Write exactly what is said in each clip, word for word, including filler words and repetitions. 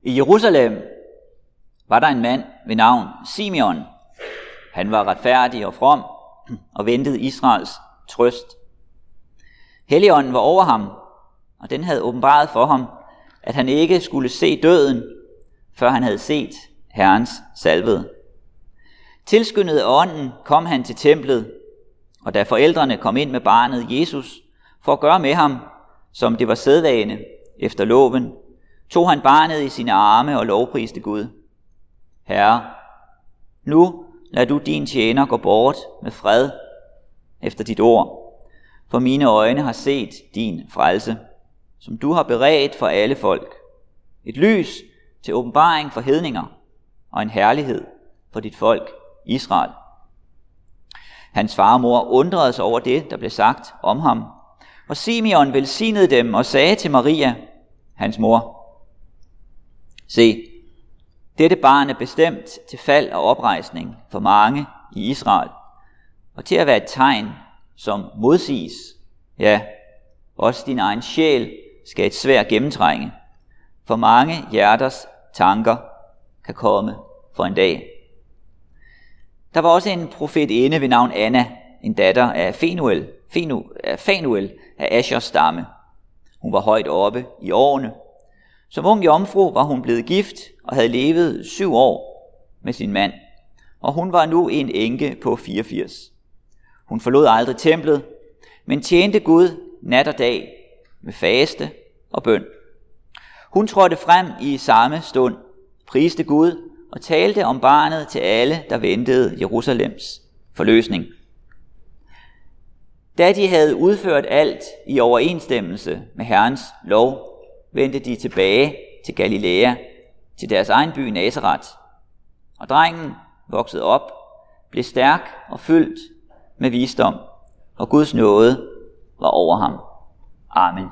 I Jerusalem var der en mand ved navn Simeon. Han var retfærdig og from og ventede Israels trøst. Helligånden var over ham, og den havde åbenbaret for ham, at han ikke skulle se døden, før han havde set Herrens salvede. Tilskyndet af ånden kom han til templet, og da forældrene kom ind med barnet Jesus for at gøre med ham, som det var sædvane efter loven, tog han barnet i sine arme og lovpriste Gud. Herre, nu lad du din tjener gå bort med fred efter dit ord, for mine øjne har set din frelse, som du har beredt for alle folk. Et lys til åbenbaring for hedninger og en herlighed for dit folk Israel. Hans far og mor undrede sig over det, der blev sagt om ham, og Simeon velsignede dem og sagde til Maria, hans mor: Se, dette barn er bestemt til fald og oprejsning for mange i Israel, og til at være et tegn, som modsiges. Ja, også din egen sjæl skal et sværd gennemtrænge, for mange hjerters tanker kan komme for en dag. Der var også en profetinde ved navn Anna, en datter af Fenuel, Fenu, af Fanuel af Ashers stamme. Hun var højt oppe i årene. Som ung jomfru var hun blevet gift og havde levet syv år med sin mand, og hun var nu en enke på fireogfirs. Hun forlod aldrig templet, men tjente Gud nat og dag med faste og bøn. Hun trådte frem i samme stund, priste Gud og talte om barnet til alle, der ventede Jerusalems forløsning. Da de havde udført alt i overensstemmelse med Herrens lov, vendte de tilbage til Galilea, til deres egen by Nazaret. Og drengen voksede op, blev stærk og fyldt med visdom, og Guds nåde var over ham. Amen.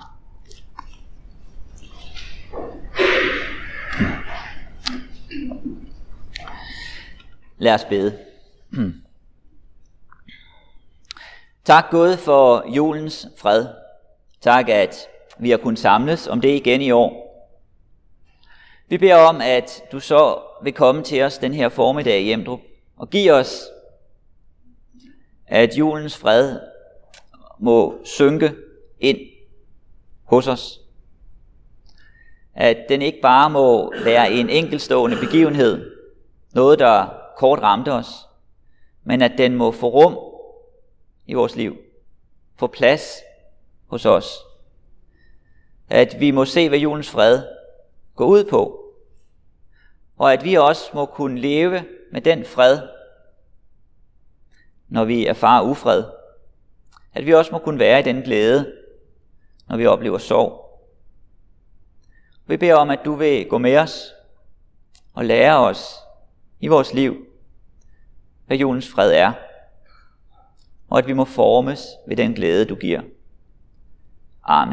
Lad os bede. Tak Gud for julens fred. Tak, at vi har kunnet samles om det igen i år. Vi beder om, at du så vil komme til os den her formiddag i Emdrup og give os, at julens fred må synke ind hos os. At den ikke bare må være en enkeltstående begivenhed, noget der kort ramte os, men at den må få rum i vores liv, få plads hos os. At vi må se, hvad julens fred går ud på, og at vi også må kunne leve med den fred, når vi erfarer ufred. At vi også må kunne være i den glæde, når vi oplever sorg. Vi beder om, at du vil gå med os og lære os i vores liv, hvad julens fred er, og at vi må formes ved den glæde, du giver. Amen.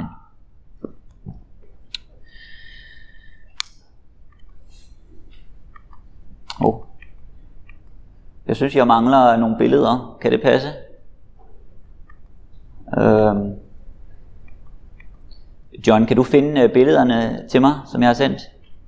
Oh. Jeg synes, jeg mangler nogle billeder. Kan det passe? Øhm. John, kan du finde billederne til mig, som jeg har sendt?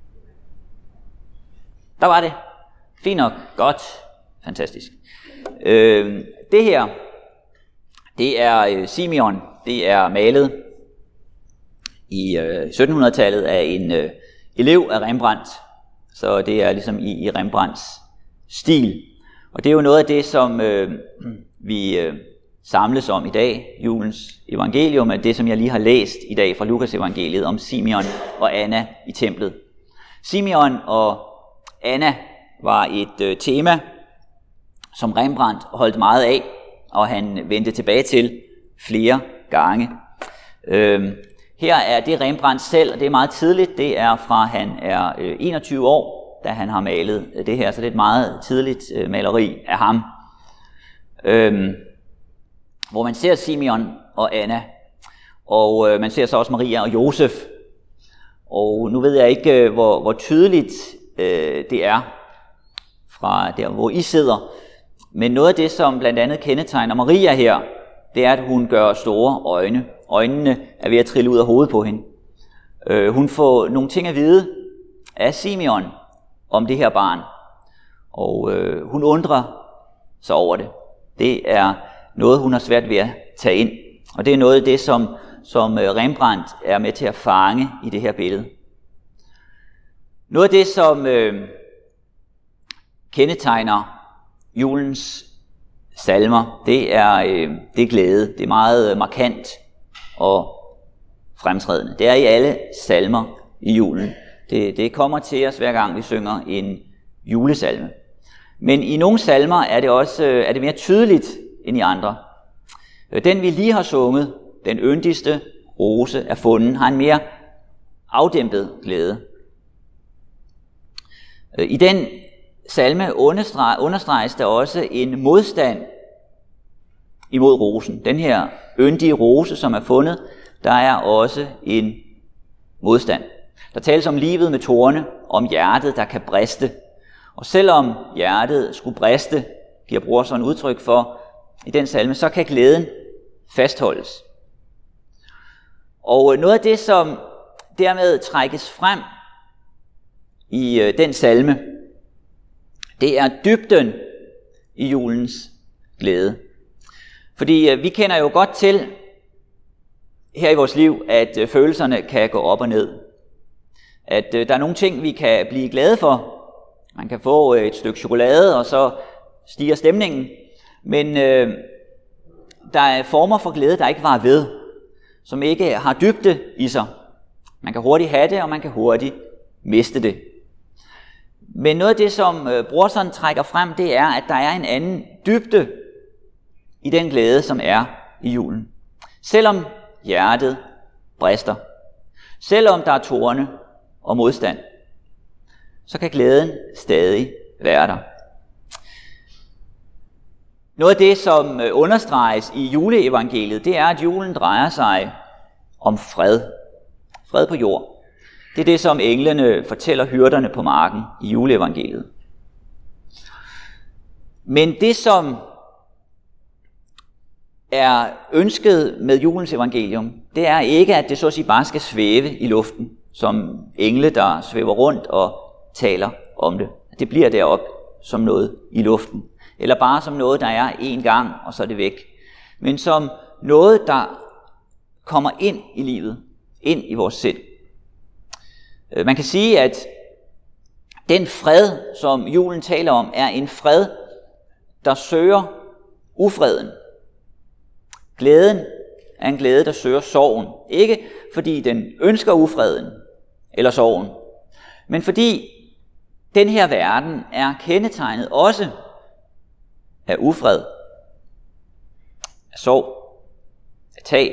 Der var det. Fint nok. Godt. Fantastisk. Øhm. Det her, det er Simeon. Det er malet i øh, syttenhundredetallet af en øh, elev af Rembrandt. Så det er ligesom i, i Rembrandts stil. Og det er jo noget af det, som øh, vi øh, samles om i dag, julens evangelium, at det, som jeg lige har læst i dag fra Lukas evangeliet om Simeon og Anna i templet. Simeon og Anna var et øh, tema, som Rembrandt holdt meget af, og han vendte tilbage til flere gange. Øh, her er det Rembrandt selv, og det er meget tidligt. Det er fra han er øh, enogtyve år, da han har malet det her, så det er et meget tidligt øh, maleri af ham. Øh, hvor man ser Simeon og Anna, og øh, man ser så også Maria og Josef. Og nu ved jeg ikke, øh, hvor, hvor tydeligt øh, det er fra der, hvor I sidder. Men noget af det, som blandt andet kendetegner Maria her, det er, at hun gør store øjne. Øjnene er ved at trille ud af hovedet på hende. Øh, hun får nogle ting at vide, af Simeon om det her barn, og øh, hun undrer sig over det. Det er noget, hun har svært ved at tage ind, og det er noget af det, som, som Rembrandt er med til at fange i det her billede. Noget af det, som øh, kendetegner julens salmer, det er, øh, det er glæde. Det er meget markant og fremtrædende. Det er i alle salmer i julen. Det, det kommer til os hver gang vi synger en julesalme. Men i nogle salmer er det også er det mere tydeligt end i andre. Den vi lige har sunget, den yndigste rose er fundet, har en mere afdæmpet glæde. I den salme understreges der også en modstand imod rosen. Den her yndige rose, som er fundet, der er også en modstand. Der tales om livet med torne, om hjertet, der kan briste. Og selvom hjertet skulle briste, giver Brorson udtryk for i den salme, så kan glæden fastholdes. Og noget af det, som dermed trækkes frem i den salme, det er dybden i julens glæde. Fordi vi kender jo godt til her i vores liv, at følelserne kan gå op og ned. At der er nogle ting, vi kan blive glade for. Man kan få et stykke chokolade, og så stiger stemningen. Men øh, der er former for glæde, der ikke varer ved, som ikke har dybde i sig. Man kan hurtigt have det, og man kan hurtigt miste det. Men noget af det, som øh, Brorson trækker frem, det er, at der er en anden dybde i den glæde, som er i julen. Selvom hjertet brister, selvom der er torne og modstand, så kan glæden stadig være der. Noget af det, som understreges i juleevangeliet, det er, at julen drejer sig om fred. Fred på jord. Det er det, som englene fortæller hyrderne på marken i juleevangeliet. Men det, som er ønsket med julens evangelium, det er ikke, at det så at sige bare skal svæve i luften, som engle, der svæver rundt og taler om det. Det bliver derop som noget i luften. Eller bare som noget, der er én gang, og så er det væk. Men som noget, der kommer ind i livet, ind i vores sind. Man kan sige, at den fred, som julen taler om, er en fred, der søger ufreden. Glæden er en glæde, der søger sorgen. Ikke fordi den ønsker ufreden eller sorgen, men fordi den her verden er kendetegnet også af ufred, af sorg, af tab.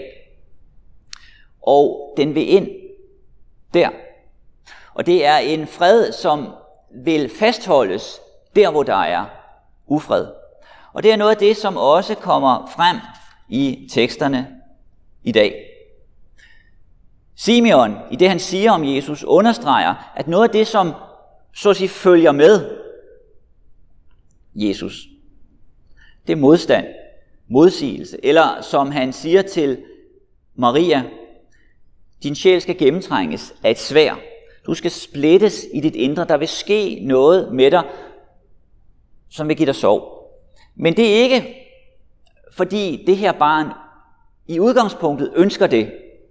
Og den vil ind der. Og det er en fred, som vil fastholdes der, hvor der er ufred. Og det er noget af det, som også kommer frem i teksterne i dag. Simeon, i det han siger om Jesus, understreger, at noget af det, som så at sige følger med Jesus, det er modstand, modsigelse, eller som han siger til Maria, din sjæl skal gennemtrænges af et sværd. Du skal splittes i dit indre. Der vil ske noget med dig, som vil give dig sorg. Men det er ikke, fordi det her barn i udgangspunktet ønsker det.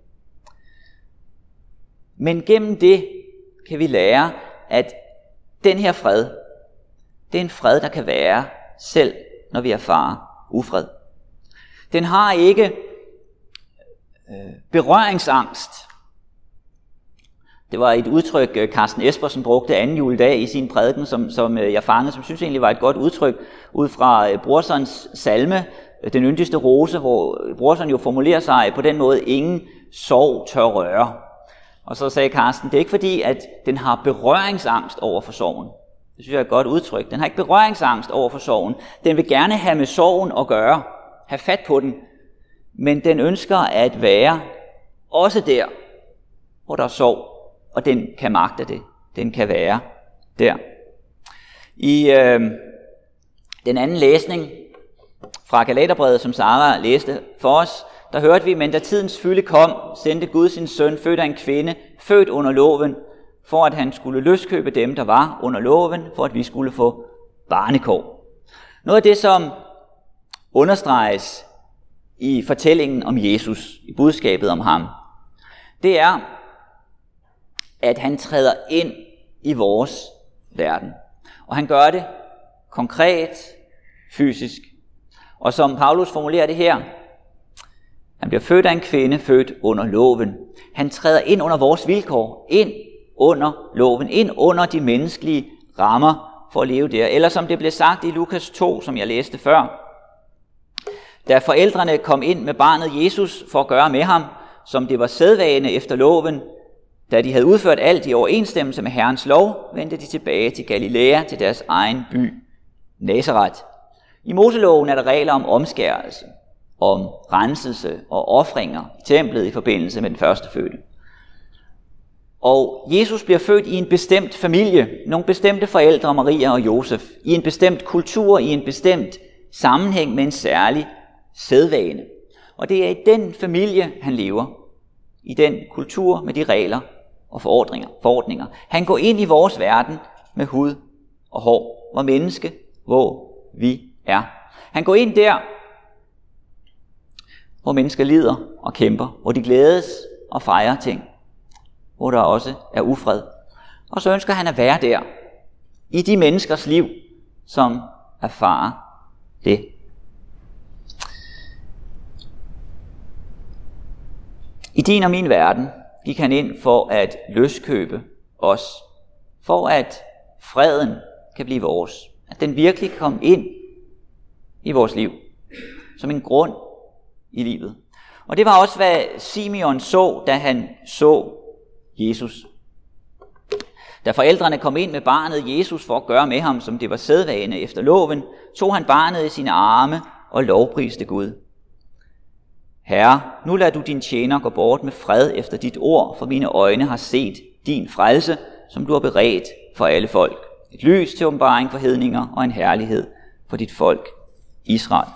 Men gennem det kan vi lære, at den her fred, det er en fred, der kan være selv, når vi erfarer ufred. Den har ikke øh, berøringsangst. Det var et udtryk, Carsten Espersen brugte anden juledag i sin prædiken, som, som jeg fangede, som synes egentlig var et godt udtryk, ud fra Brorsons salme, Den yndigste rose, hvor Brorson jo formulerer sig på den måde, ingen sorg tør røre. Og så sagde Carsten, det er ikke fordi, at den har berøringsangst over for sorgen. Det synes jeg er et godt udtryk. Den har ikke berøringsangst over for sorgen. Den vil gerne have med sorgen at gøre, have fat på den, men den ønsker at være også der, hvor der er sorg, og den kan magte det. Den kan være der. I øh, den anden læsning fra Galaterbrevet, som Sara læste for os, der hørte vi, men da tidens fylde kom, sendte Gud sin søn, født af en kvinde, født under loven, for at han skulle løskøbe dem, der var under loven, for at vi skulle få barnekår. Noget af det, som understreges i fortællingen om Jesus, i budskabet om ham, det er, at han træder ind i vores verden. Og han gør det konkret, fysisk. Og som Paulus formulerer det her, han bliver født af en kvinde, født under loven. Han træder ind under vores vilkår, ind under loven, ind under de menneskelige rammer for at leve der. Eller som det blev sagt i Lukas to, som jeg læste før, da forældrene kom ind med barnet Jesus for at gøre med ham, som det var sædvane efter loven, da de havde udført alt i overensstemmelse med Herrens lov, vendte de tilbage til Galilea, til deres egen by, Nazaret. I Moseloven er der regler om omskærelse, om renselse og ofringer i templet i forbindelse med den første fødte. Og Jesus bliver født i en bestemt familie, nogle bestemte forældre, Maria og Josef, i en bestemt kultur, i en bestemt sammenhæng med en særlig sædvane. Og det er i den familie, han lever, i den kultur med de regler og forordninger. forordninger. Han går ind i vores verden med hud og hår, hvor menneske, hvor vi er. Han går ind der, hvor mennesker lider og kæmper, hvor de glædes og fejrer ting, hvor der også er ufred. Og så ønsker han at være der, i de menneskers liv, som erfarer det. I din og min verden gik han ind for at løskøbe os, for at freden kan blive vores, at den virkelig kan komme ind i vores liv, som en grund i livet. Og det var også, hvad Simeon så, da han så Jesus. Da forældrene kom ind med barnet Jesus for at gøre med ham, som det var sædvane efter loven, tog han barnet i sine arme og lovpriste Gud. Herre, nu lader du din tjener gå bort med fred efter dit ord, for mine øjne har set din frelse, som du har beredt for alle folk. Et lys til åbenbaring for hedninger og en herlighed for dit folk, Israel.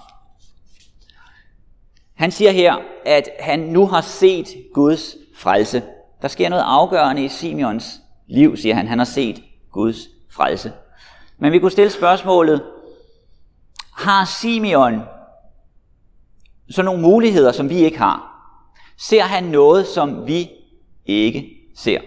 Han siger her, at han nu har set Guds frelse. Der sker noget afgørende i Simeons liv, siger han. Han har set Guds frelse. Men vi kunne stille spørgsmålet, har Simeon så nogle muligheder, som vi ikke har? Ser han noget, som vi ikke ser?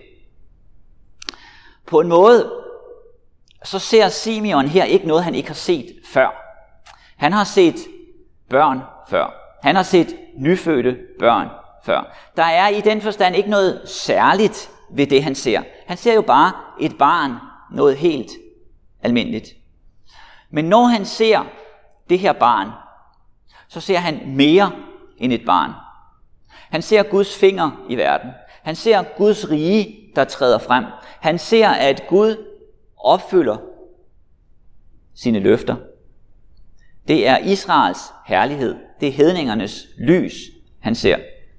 På en måde, så ser Simeon her ikke noget, han ikke har set før. Han har set børn før. Han har set nyfødte børn før. Der er i den forstand ikke noget særligt ved det, han ser. Han ser jo bare et barn, noget helt almindeligt. Men når han ser det her barn, så ser han mere end et barn. Han ser Guds finger i verden. Han ser Guds rige, der træder frem. Han ser, at Gud opfylder sine løfter. Det er Israels herlighed. Det er hedningernes lys, han ser.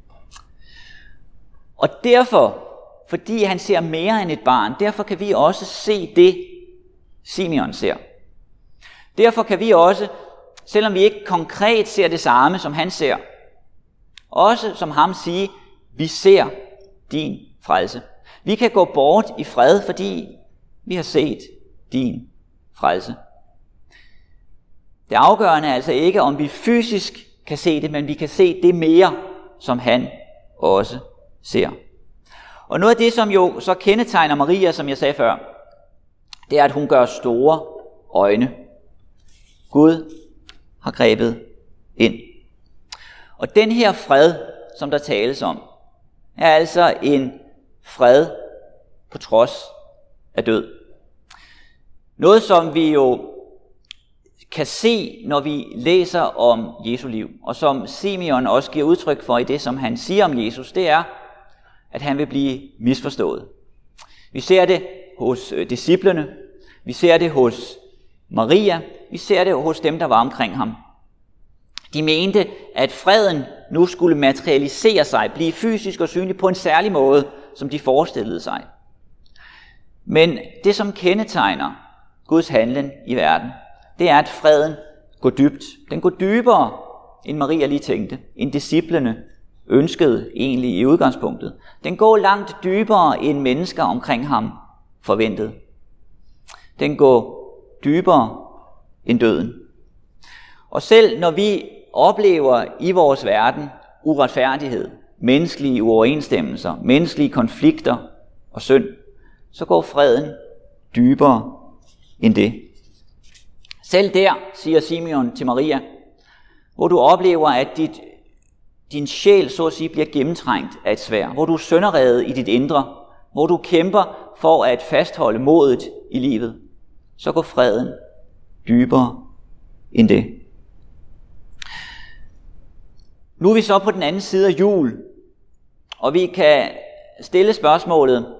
Og derfor, fordi han ser mere end et barn, derfor kan vi også se det, Simeon ser. Derfor kan vi også, selvom vi ikke konkret ser det samme, som han ser, også som ham sige, vi ser din frelse. Vi kan gå bort i fred, fordi vi har set din frelse. Det afgørende er altså ikke, om vi fysisk kan se det, men vi kan se det mere, som han også ser. Og noget af det, som jo så kendetegner Maria, som jeg sagde før, det er, at hun gør store øjne. Gud har grebet ind. Og den her fred, som der tales om, er altså en fred på trods af død. Noget, som vi jo kan se, når vi læser om Jesu liv, og som Simeon også giver udtryk for i det, som han siger om Jesus, det er, at han vil blive misforstået. Vi ser det hos disciplene, vi ser det hos Maria, vi ser det hos dem, der var omkring ham. De mente, at freden nu skulle materialisere sig, blive fysisk og synlig på en særlig måde, som de forestillede sig. Men det, som kendetegner Guds handlen i verden, det er, at freden går dybt. Den går dybere, end Maria lige tænkte, end disciplene ønskede egentlig i udgangspunktet. Den går langt dybere end mennesker omkring ham forventede. Den går dybere end døden. Og selv når vi oplever i vores verden uretfærdighed, menneskelige uoverensstemmelser, menneskelige konflikter og synd, så går freden dybere end det. Selv der, siger Simeon til Maria, hvor du oplever, at dit, din sjæl så at sige bliver gennemtrængt af et sværd, hvor du er sønderredet i dit indre, hvor du kæmper for at fastholde modet i livet, så går freden dybere end det. Nu er vi så på den anden side af jul, og vi kan stille spørgsmålet: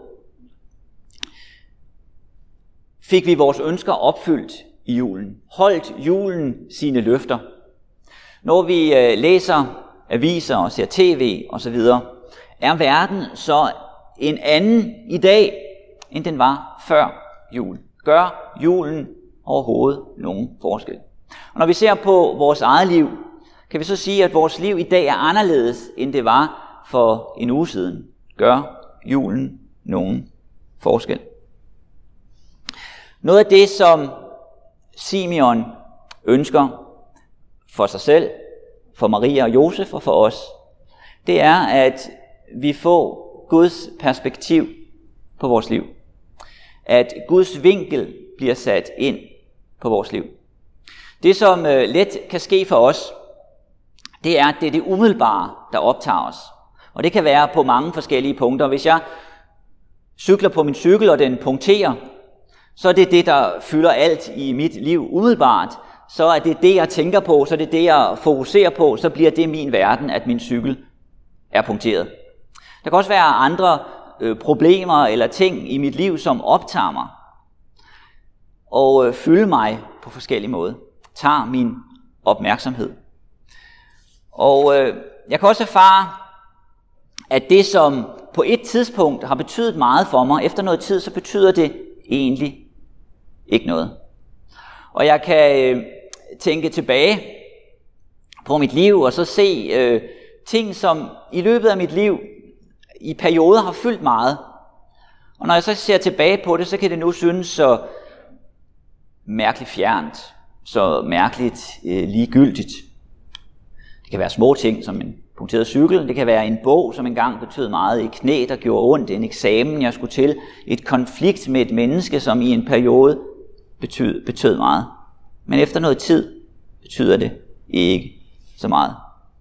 fik vi vores ønsker opfyldt i julen? Holdt julen sine løfter? Når vi læser aviser og ser tv osv., er verden så en anden i dag, end den var før jul? Gør julen overhovedet nogen forskel? Og når vi ser på vores eget liv, kan vi så sige, at vores liv i dag er anderledes, end det var for en uge siden? Gør julen nogen forskel? Noget af det, som Simeon ønsker for sig selv, for Maria og Josef og for os, det er, at vi får Guds perspektiv på vores liv. At Guds vinkel bliver sat ind på vores liv. Det, som let kan ske for os, det er, at det er det umiddelbare, der optager os. Og det kan være på mange forskellige punkter. Hvis jeg cykler på min cykel, og den punkterer, så er det det, der fylder alt i mit liv umiddelbart. Så er det det, jeg tænker på, så er det det, jeg fokuserer på, så bliver det min verden, at min cykel er punkteret. Der kan også være andre øh, problemer eller ting i mit liv, som optager mig og øh, fylder mig på forskellige måder, tager min opmærksomhed. Og øh, jeg kan også erfare, at det, som på et tidspunkt har betydet meget for mig, efter noget tid, så betyder det egentlig ikke noget. Og jeg kan øh, tænke tilbage på mit liv, og så se øh, ting, som i løbet af mit liv i perioder har fyldt meget. Og når jeg så ser tilbage på det, så kan det nu synes så mærkeligt fjernt, så mærkeligt øh, ligegyldigt. Det kan være små ting, som en punkteret cykel. Det kan være en bog, som engang betød meget, et knæ, der gjorde ondt, en eksamen, jeg skulle til, et konflikt med et menneske, som i en periode betød, betød meget. Men efter noget tid betyder det ikke så meget.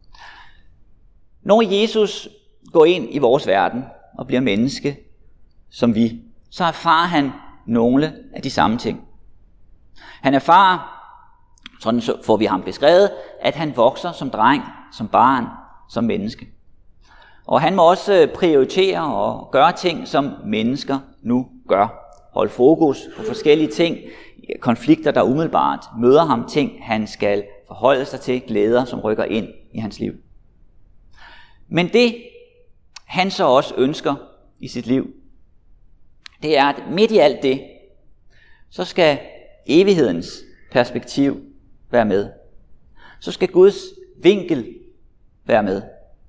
Når Jesus går ind i vores verden og bliver menneske som vi, så erfarer han nogle af de samme ting. Han erfarer, sådan får vi ham beskrevet, at han vokser som dreng, som barn, som menneske. Og han må også prioritere og gøre ting, som mennesker nu gør. Holde fokus på forskellige ting, konflikter, der umiddelbart møder ham, ting, han skal forholde sig til, glæder, som rykker ind i hans liv. Men det, han så også ønsker i sit liv, det er, at midt i alt det, så skal evighedens perspektiv være med. Så skal Guds vinkel være med.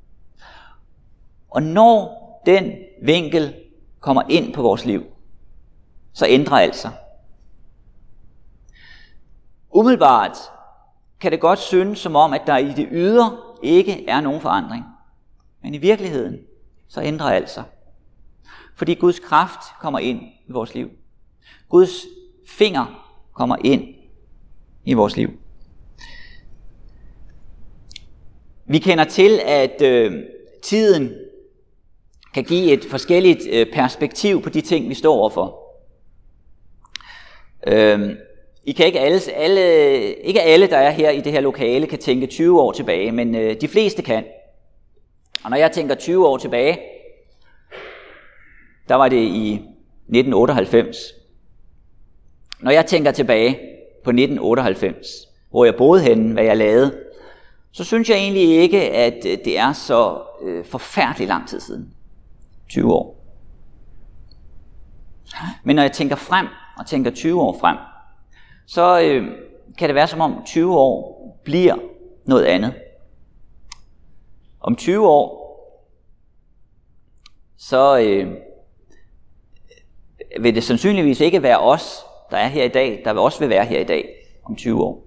Og når den vinkel kommer ind på vores liv, så ændrer alt sig. Umiddelbart kan det godt synes som om, at der i det ydre ikke er nogen forandring. Men i virkeligheden, så ændrer alt sig. Fordi Guds kraft kommer ind i vores liv. Guds finger kommer ind i vores liv. Vi kender til, at øh, tiden kan give et forskelligt øh, perspektiv på de ting, vi står overfor. Øh, I kan ikke alle, alle, ikke alle, der er her i det her lokale, kan tænke tyve år tilbage, men øh, de fleste kan. Og når jeg tænker tyve år tilbage, der var det i nitten otteoghalvfems. Når jeg tænker tilbage på nitten otteoghalvfems, hvor jeg boede henne, hvad jeg lavede, så synes jeg egentlig ikke, at det er så øh, forfærdelig lang tid siden. tyve år. Men når jeg tænker frem, og tænker tyve år frem, så øh, kan det være som om tyve år bliver noget andet. Om tyve år, så øh, vil det sandsynligvis ikke være os, der er her i dag, der vil også vil være her i dag om tyve år.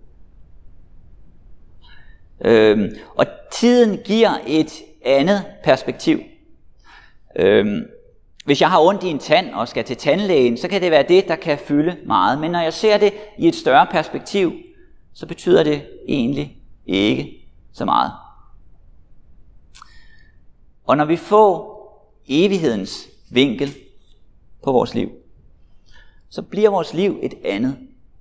Øhm, og tiden giver et andet perspektiv. Øhm, hvis jeg har ondt i en tand og skal til tandlægen, så kan det være det, der kan fylde meget. Men når jeg ser det i et større perspektiv, så betyder det egentlig ikke så meget. Og når vi får evighedens vinkel på vores liv, så bliver vores liv et andet.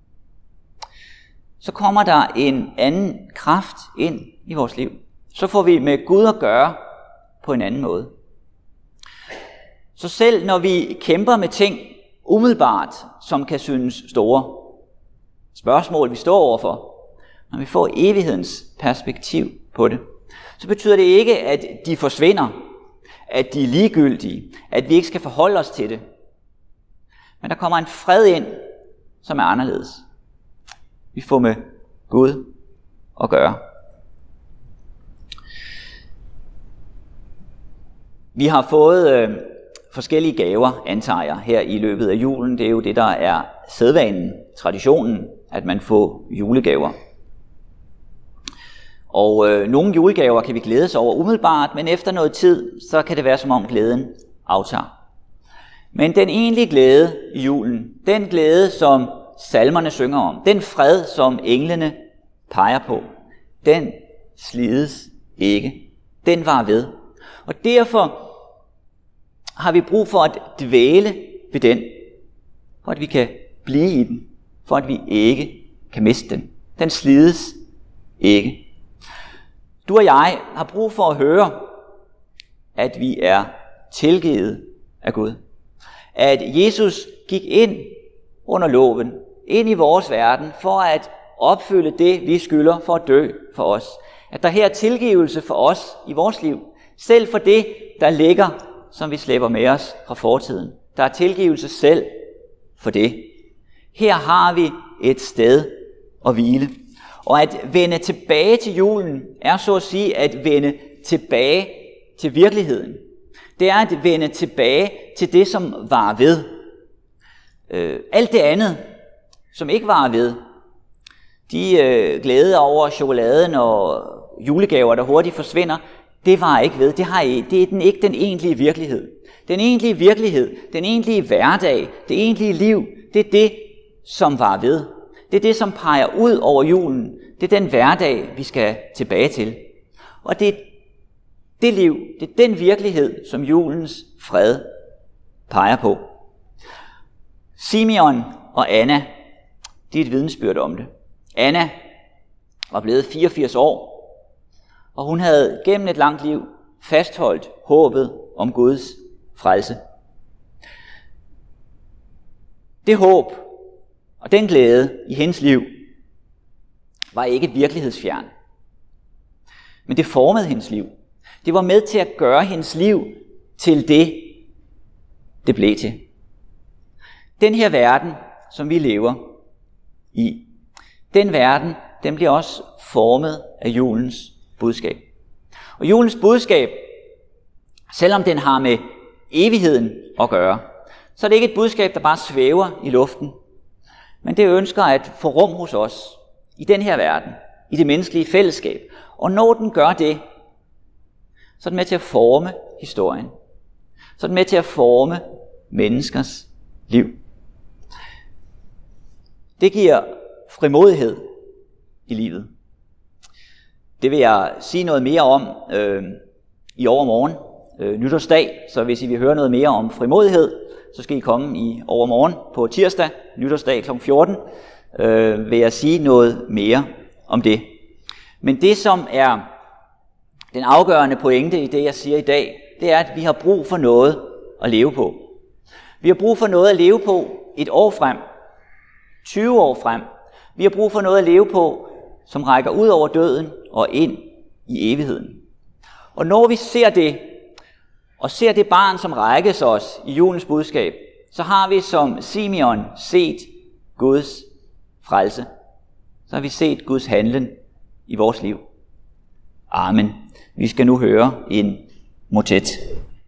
Så kommer der en anden kraft ind i vores liv. Så får vi med Gud at gøre på en anden måde. Så selv når vi kæmper med ting umiddelbart, som kan synes store spørgsmål, vi står overfor, når vi får evighedens perspektiv på det, så betyder det ikke, at de forsvinder, at de er ligegyldige, at vi ikke skal forholde os til det. Men der kommer en fred ind, som er anderledes. Vi får med Gud at gøre. Vi har fået øh, forskellige gaver, antager jeg, her i løbet af julen. Det er jo det, der er sædvanen, traditionen, at man får julegaver. Og øh, nogle julegaver kan vi glæde sig over umiddelbart, men efter noget tid, så kan det være som om glæden aftager. Men den egentlige glæde i julen, den glæde, som salmerne synger om, den fred, som englene peger på, den slides ikke. Den var ved. Og derfor har vi brug for at dvæle ved den, for at vi kan blive i den, for at vi ikke kan miste den. Den slides ikke. Du og jeg har brug for at høre, at vi er tilgivet af Gud. At Jesus gik ind under loven, ind i vores verden, for at opfylde det, vi skylder, for at dø for os. At der her er tilgivelse for os i vores liv, selv for det, der ligger, som vi slæber med os fra fortiden. Der er tilgivelse selv for det. Her har vi et sted at hvile. Og at vende tilbage til julen, er så at sige at vende tilbage til virkeligheden. Det er at vende tilbage til det, som var ved. Øh, alt det andet, som ikke var ved, de øh, glæder over chokoladen og julegaver, der hurtigt forsvinder, det var ikke ved. Det, har I, det er den, ikke den egentlige virkelighed. Den egentlige virkelighed, den egentlige hverdag, det egentlige liv, det er det, som var ved. Det er det, som peger ud over julen. Det er den hverdag, vi skal tilbage til. Og det er det liv, det er den virkelighed, som julens fred peger på. Simeon og Anna, de er et vidnesbyrd om det. Anna var blevet fireogfirs år, og hun havde gennem et langt liv fastholdt håbet om Guds frelse. Det håb og den glæde i hendes liv var ikke virkelighedsfjern, men det formede hendes liv. Det var med til at gøre hendes liv til det, det blev til. Den her verden, som vi lever i, den verden, den bliver også formet af julens budskab. Og julens budskab, selvom den har med evigheden at gøre, så er det ikke et budskab, der bare svæver i luften, men det ønsker at få rum hos os, i den her verden, i det menneskelige fællesskab. Og når den gør det, så er den med til at forme historien. Så er den med til at forme menneskers liv. Det giver frimodighed i livet. Det vil jeg sige noget mere om øh, i overmorgen, øh, nytårsdag. Så hvis I vil høre noget mere om frimodighed, så skal I komme i overmorgen på tirsdag, nytårsdag klokken fjorten, øh, vil jeg sige noget mere om det. Men det, som er den afgørende pointe i det, jeg siger i dag, det er, at vi har brug for noget at leve på. Vi har brug for noget at leve på et år frem, tyve år frem. Vi har brug for noget at leve på, som rækker ud over døden og ind i evigheden. Og når vi ser det, og ser det barn, som rækkes os i julens budskab, så har vi som Simeon set Guds frelse. Så har vi set Guds handlen i vores liv. Amen. Vi skal nu høre en motet.